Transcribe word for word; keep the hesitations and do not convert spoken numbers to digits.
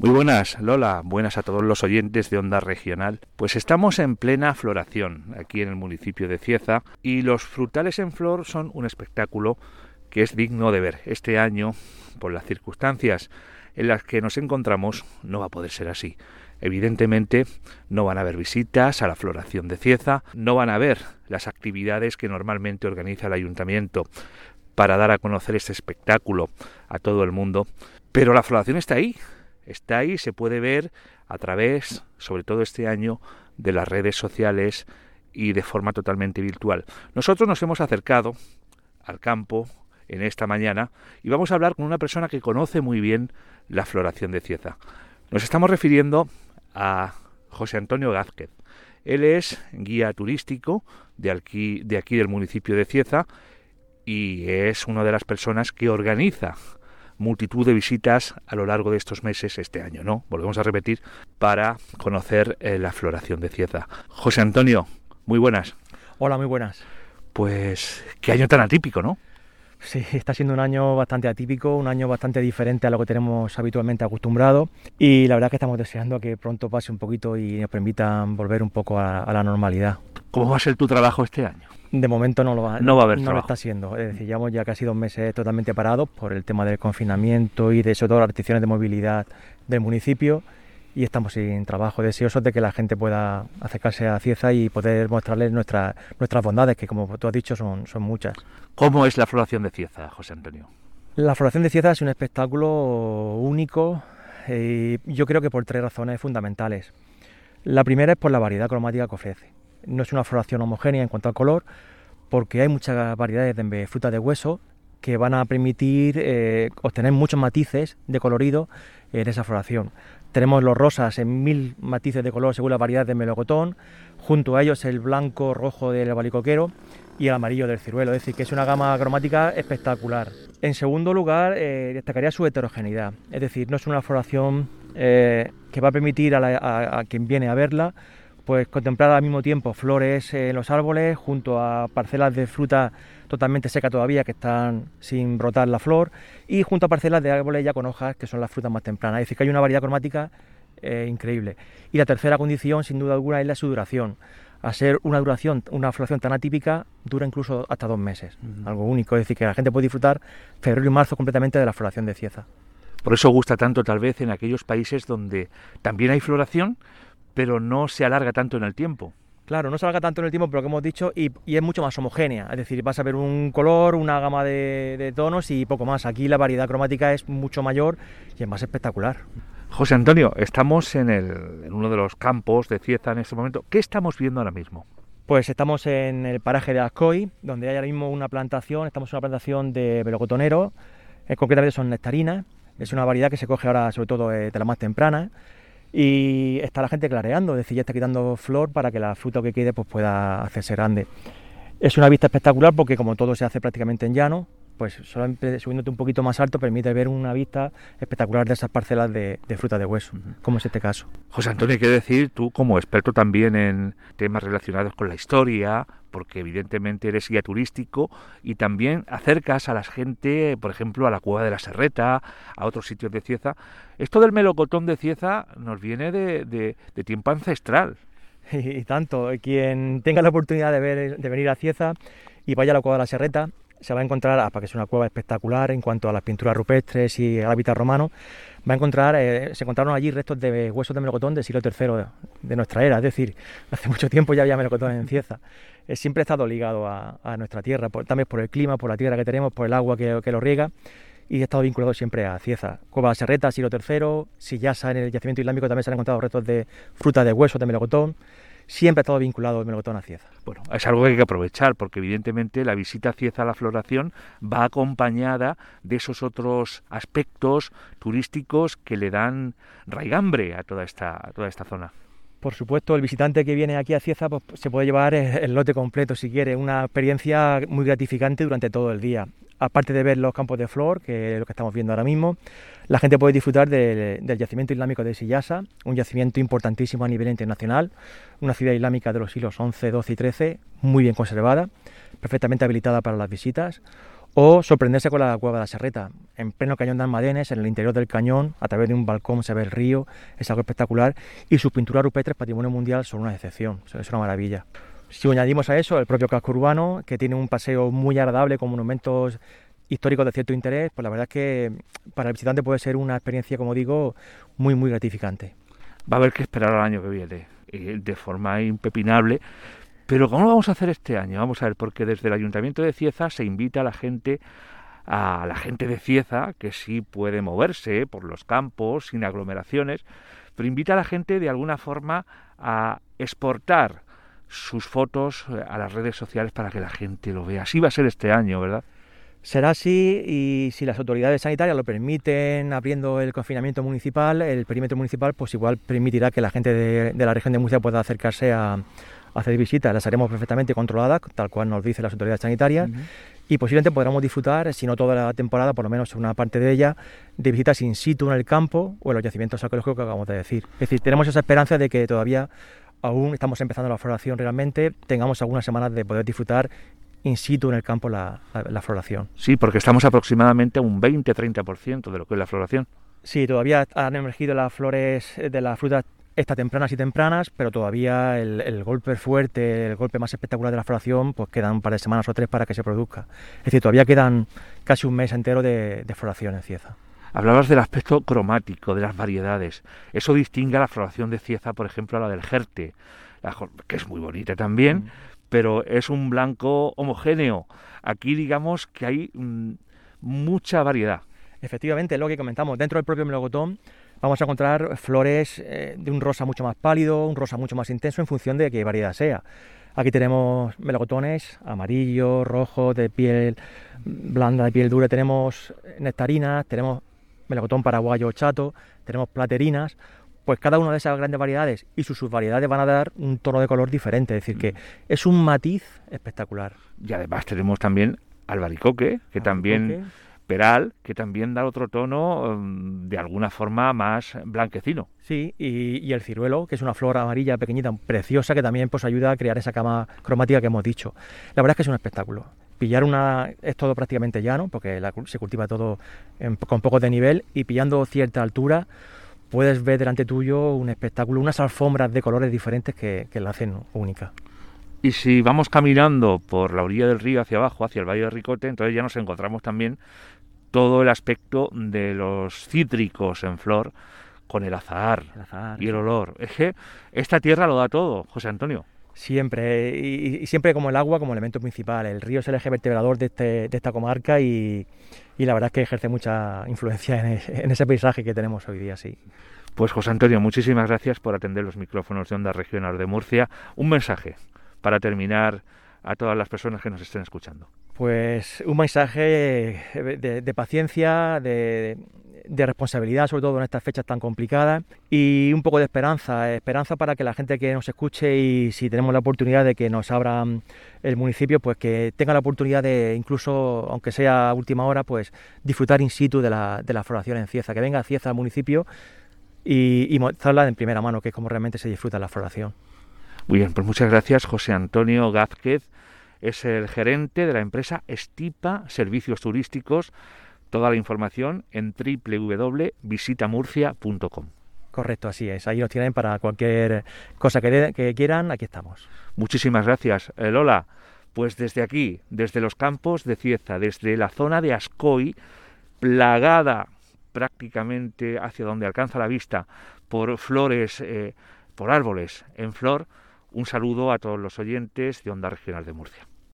Muy buenas, Lola, buenas a todos los oyentes de Onda Regional. Pues estamos en plena floración aquí en el municipio de Cieza y los frutales en flor son un espectáculo que es digno de ver. Este año, por las circunstancias en las que nos encontramos, no va a poder ser así. Evidentemente no van a haber visitas a la floración de Cieza, no van a haber las actividades que normalmente organiza el ayuntamiento para dar a conocer este espectáculo a todo el mundo, pero la floración está ahí. Está ahí, se puede ver a través, sobre todo este año, de las redes sociales y de forma totalmente virtual. Nosotros nos hemos acercado al campo en esta mañana y vamos a hablar con una persona que conoce muy bien la floración de Cieza. Nos estamos refiriendo a José Antonio Gázquez. Él es guía turístico de aquí, de aquí del municipio de Cieza y es una de las personas que organiza multitud de visitas a lo largo de estos meses este año, ¿no? Volvemos a repetir, para conocer eh, la floración de Cieza. José Antonio, muy buenas. Hola, muy buenas. Pues, qué año tan atípico, ¿no? Sí, está siendo un año bastante atípico, un año bastante diferente a lo que tenemos habitualmente acostumbrado y la verdad que estamos deseando que pronto pase un poquito y nos permitan volver un poco a, a la normalidad. ¿Cómo va a ser tu trabajo este año? De momento no lo va, no va a haber no trabajo. Lo está siendo, es decir, llevamos ya casi dos meses totalmente parados por el tema del confinamiento y de sobre todo las restricciones de movilidad del municipio y estamos sin trabajo, deseosos de que la gente pueda acercarse a Cieza y poder mostrarles nuestra, nuestras bondades, que como tú has dicho son, son muchas. ¿Cómo es la floración de Cieza, José Antonio? La floración de Cieza es un espectáculo único y yo creo que por tres razones fundamentales. La primera es por la variedad cromática que ofrece. No es una floración homogénea en cuanto al color, porque hay muchas variedades de frutas de hueso que van a permitir eh, obtener muchos matices de colorido en esa floración. Tenemos los rosas en mil matices de color según la variedad de melocotón, junto a ellos el blanco rojo del albaricoquero y el amarillo del ciruelo, es decir, que es una gama cromática espectacular. En segundo lugar, eh, destacaría su heterogeneidad, es decir, no es una floración eh, que va a permitir a, la, a, a quien viene a verla pues contemplar al mismo tiempo flores en los árboles junto a parcelas de fruta totalmente seca todavía que están sin brotar la flor y junto a parcelas de árboles ya con hojas que son las frutas más tempranas, es decir que hay una variedad cromática eh, increíble. Y la tercera condición sin duda alguna es la su duración. A ser una duración, una floración tan atípica, dura incluso hasta dos meses, uh-huh. Algo único, es decir que la gente puede disfrutar febrero y marzo completamente de la floración de Cieza. Por eso gusta tanto tal vez en aquellos países donde también hay floración, pero no se alarga tanto en el tiempo. Claro, no se alarga tanto en el tiempo, pero lo que hemos dicho, y, y es mucho más homogénea, es decir, vas a ver un color, una gama de, de tonos y poco más. Aquí la variedad cromática es mucho mayor y es más espectacular. José Antonio, estamos en, el, en uno de los campos de Cieza en este momento. ¿Qué estamos viendo ahora mismo? Pues estamos en el paraje de Azcoy, donde hay ahora mismo una plantación, estamos en una plantación de melocotonero, eh, concretamente son nectarinas, es una variedad que se coge ahora sobre todo eh, de la más temprana. Y está la gente clareando, es decir, ya está quitando flor para que la fruta que quede pues pueda hacerse grande. Es una vista espectacular porque como todo se hace prácticamente en llano, pues solamente subiéndote un poquito más alto permite ver una vista espectacular de esas parcelas de, de fruta de hueso, como es este caso. José Antonio, quiero decir, tú como experto también en temas relacionados con la historia, porque evidentemente eres guía turístico y también acercas a la gente, por ejemplo, a la Cueva de la Serreta, a otros sitios de Cieza. Esto del melocotón de Cieza nos viene de, de, de tiempo ancestral. Y, y tanto, quien tenga la oportunidad de, ver, de venir a Cieza y vaya a la Cueva de la Serreta, se va a encontrar, ah, porque es una cueva espectacular en cuanto a las pinturas rupestres y el hábitat romano, va a encontrar, eh, se encontraron allí restos de huesos de melocotón del siglo tercero de, de nuestra era, es decir, hace mucho tiempo ya había melocotón en Cieza. Eh, siempre ha estado ligado a, a nuestra tierra, por, también por el clima, por la tierra que tenemos, por el agua que, que lo riega, y ha estado vinculado siempre a Cieza. Cueva de la Serreta, siglo tercero, Sillasa, en el yacimiento islámico también se han encontrado restos de frutas de huesos de melocotón. Siempre ha estado vinculado el melocotón a Cieza. Bueno, es algo que hay que aprovechar porque evidentemente la visita a Cieza a la floración va acompañada de esos otros aspectos turísticos que le dan raigambre a toda esta, a toda esta zona. Por supuesto, el visitante que viene aquí a Cieza pues, se puede llevar el lote completo si quiere, una experiencia muy gratificante durante todo el día. Aparte de ver los campos de flor, que es lo que estamos viendo ahora mismo, la gente puede disfrutar de, del yacimiento islámico de Sillasa, un yacimiento importantísimo a nivel internacional, una ciudad islámica de los siglos once, doce y trece, muy bien conservada, perfectamente habilitada para las visitas. O sorprenderse con la cueva de la Serreta, en pleno cañón de Almadenes, en el interior del cañón, a través de un balcón se ve el río, es algo espectacular, y sus pinturas rupestres, patrimonio mundial, son una excepción, es una maravilla. Si añadimos a eso el propio casco urbano, que tiene un paseo muy agradable con monumentos históricos de cierto interés, pues la verdad es que para el visitante puede ser una experiencia, como digo, muy muy gratificante. Va a haber que esperar al año que viene, de forma impepinable. Pero ¿cómo lo vamos a hacer este año? Vamos a ver, porque desde el Ayuntamiento de Cieza se invita a la gente, a la gente de Cieza, que sí puede moverse por los campos, sin aglomeraciones, pero invita a la gente de alguna forma a exportar sus fotos a las redes sociales para que la gente lo vea. Así va a ser este año, ¿verdad? Será así, y si las autoridades sanitarias lo permiten, abriendo el confinamiento municipal, el perímetro municipal, pues igual permitirá que la gente de, de la región de Murcia pueda acercarse a hacer visitas. Las haremos perfectamente controladas, tal cual nos dicen las autoridades sanitarias, uh-huh. y posiblemente podremos disfrutar, si no toda la temporada, por lo menos una parte de ella, de visitas in situ en el campo o en los yacimientos arqueológicos que acabamos de decir. Es decir, tenemos esa esperanza de que todavía, aún estamos empezando la floración realmente, tengamos algunas semanas de poder disfrutar in situ en el campo la, la, la floración. Sí, porque estamos aproximadamente a un veinte a treinta por ciento de lo que es la floración. Sí, todavía han emergido las flores de las frutas estas tempranas y tempranas, pero todavía el, el golpe fuerte, el golpe más espectacular de la floración, pues quedan un par de semanas o tres para que se produzca. Es decir, todavía quedan casi un mes entero de, de floración en Cieza. Hablabas del aspecto cromático, de las variedades. Eso distingue a la floración de Cieza, por ejemplo, a la del Jerte, la, que es muy bonita también, mm. pero es un blanco homogéneo. Aquí digamos que hay mmm, mucha variedad. Efectivamente, es lo que comentamos. Dentro del propio melocotón vamos a encontrar flores eh, de un rosa mucho más pálido, un rosa mucho más intenso, en función de qué variedad sea. Aquí tenemos melocotones amarillos, rojos, de piel blanda, de piel dura. Tenemos nectarinas, tenemos melocotón paraguayo chato, tenemos platerinas. Pues cada una de esas grandes variedades y sus subvariedades van a dar un tono de color diferente. Es decir, que es un matiz espectacular. Y además tenemos también albaricoque, que albaricoque. también... peral, que también da otro tono de alguna forma más blanquecino. Sí, y, y el ciruelo, que es una flor amarilla pequeñita, preciosa, que también pues ayuda a crear esa cama cromática que hemos dicho. La verdad es que es un espectáculo. Pillar una es todo prácticamente llano, porque la, se cultiva todo en, con poco de nivel, y pillando cierta altura puedes ver delante tuyo un espectáculo, unas alfombras de colores diferentes que, que la hacen única. Y si vamos caminando por la orilla del río hacia abajo, hacia el Valle de Ricote, entonces ya nos encontramos también todo el aspecto de los cítricos en flor, con el azahar, el azahar y el olor. Es que esta tierra lo da todo, José Antonio. Siempre, y, y siempre como el agua como elemento principal. El río es el eje vertebrador de, este, de esta comarca y, y la verdad es que ejerce mucha influencia en, en ese paisaje que tenemos hoy día, sí. Pues José Antonio, muchísimas gracias por atender los micrófonos de Onda Regional de Murcia. Un mensaje para terminar a todas las personas que nos estén escuchando. Pues un mensaje de, de paciencia, de, de responsabilidad, sobre todo en estas fechas tan complicadas, y un poco de esperanza, esperanza para que la gente que nos escuche, y si tenemos la oportunidad de que nos abran el municipio, pues que tenga la oportunidad de, incluso aunque sea a última hora, pues disfrutar in situ de la, de la floración en Cieza, que venga a Cieza al municipio y, y mostrarla en primera mano, que es como realmente se disfruta la floración. Muy bien, pues muchas gracias, José Antonio Gázquez. Es el gerente de la empresa Estipa Servicios Turísticos. Toda la información en doble u doble u doble u punto visita murcia punto com. Correcto, así es. Ahí nos tienen para cualquier cosa que, de, que quieran, aquí estamos. Muchísimas gracias. Eh, Lola, pues desde aquí, desde los campos de Cieza, desde la zona de Ascoi, plagada prácticamente hacia donde alcanza la vista por flores, eh, por árboles en flor, un saludo a todos los oyentes de Onda Regional de Murcia.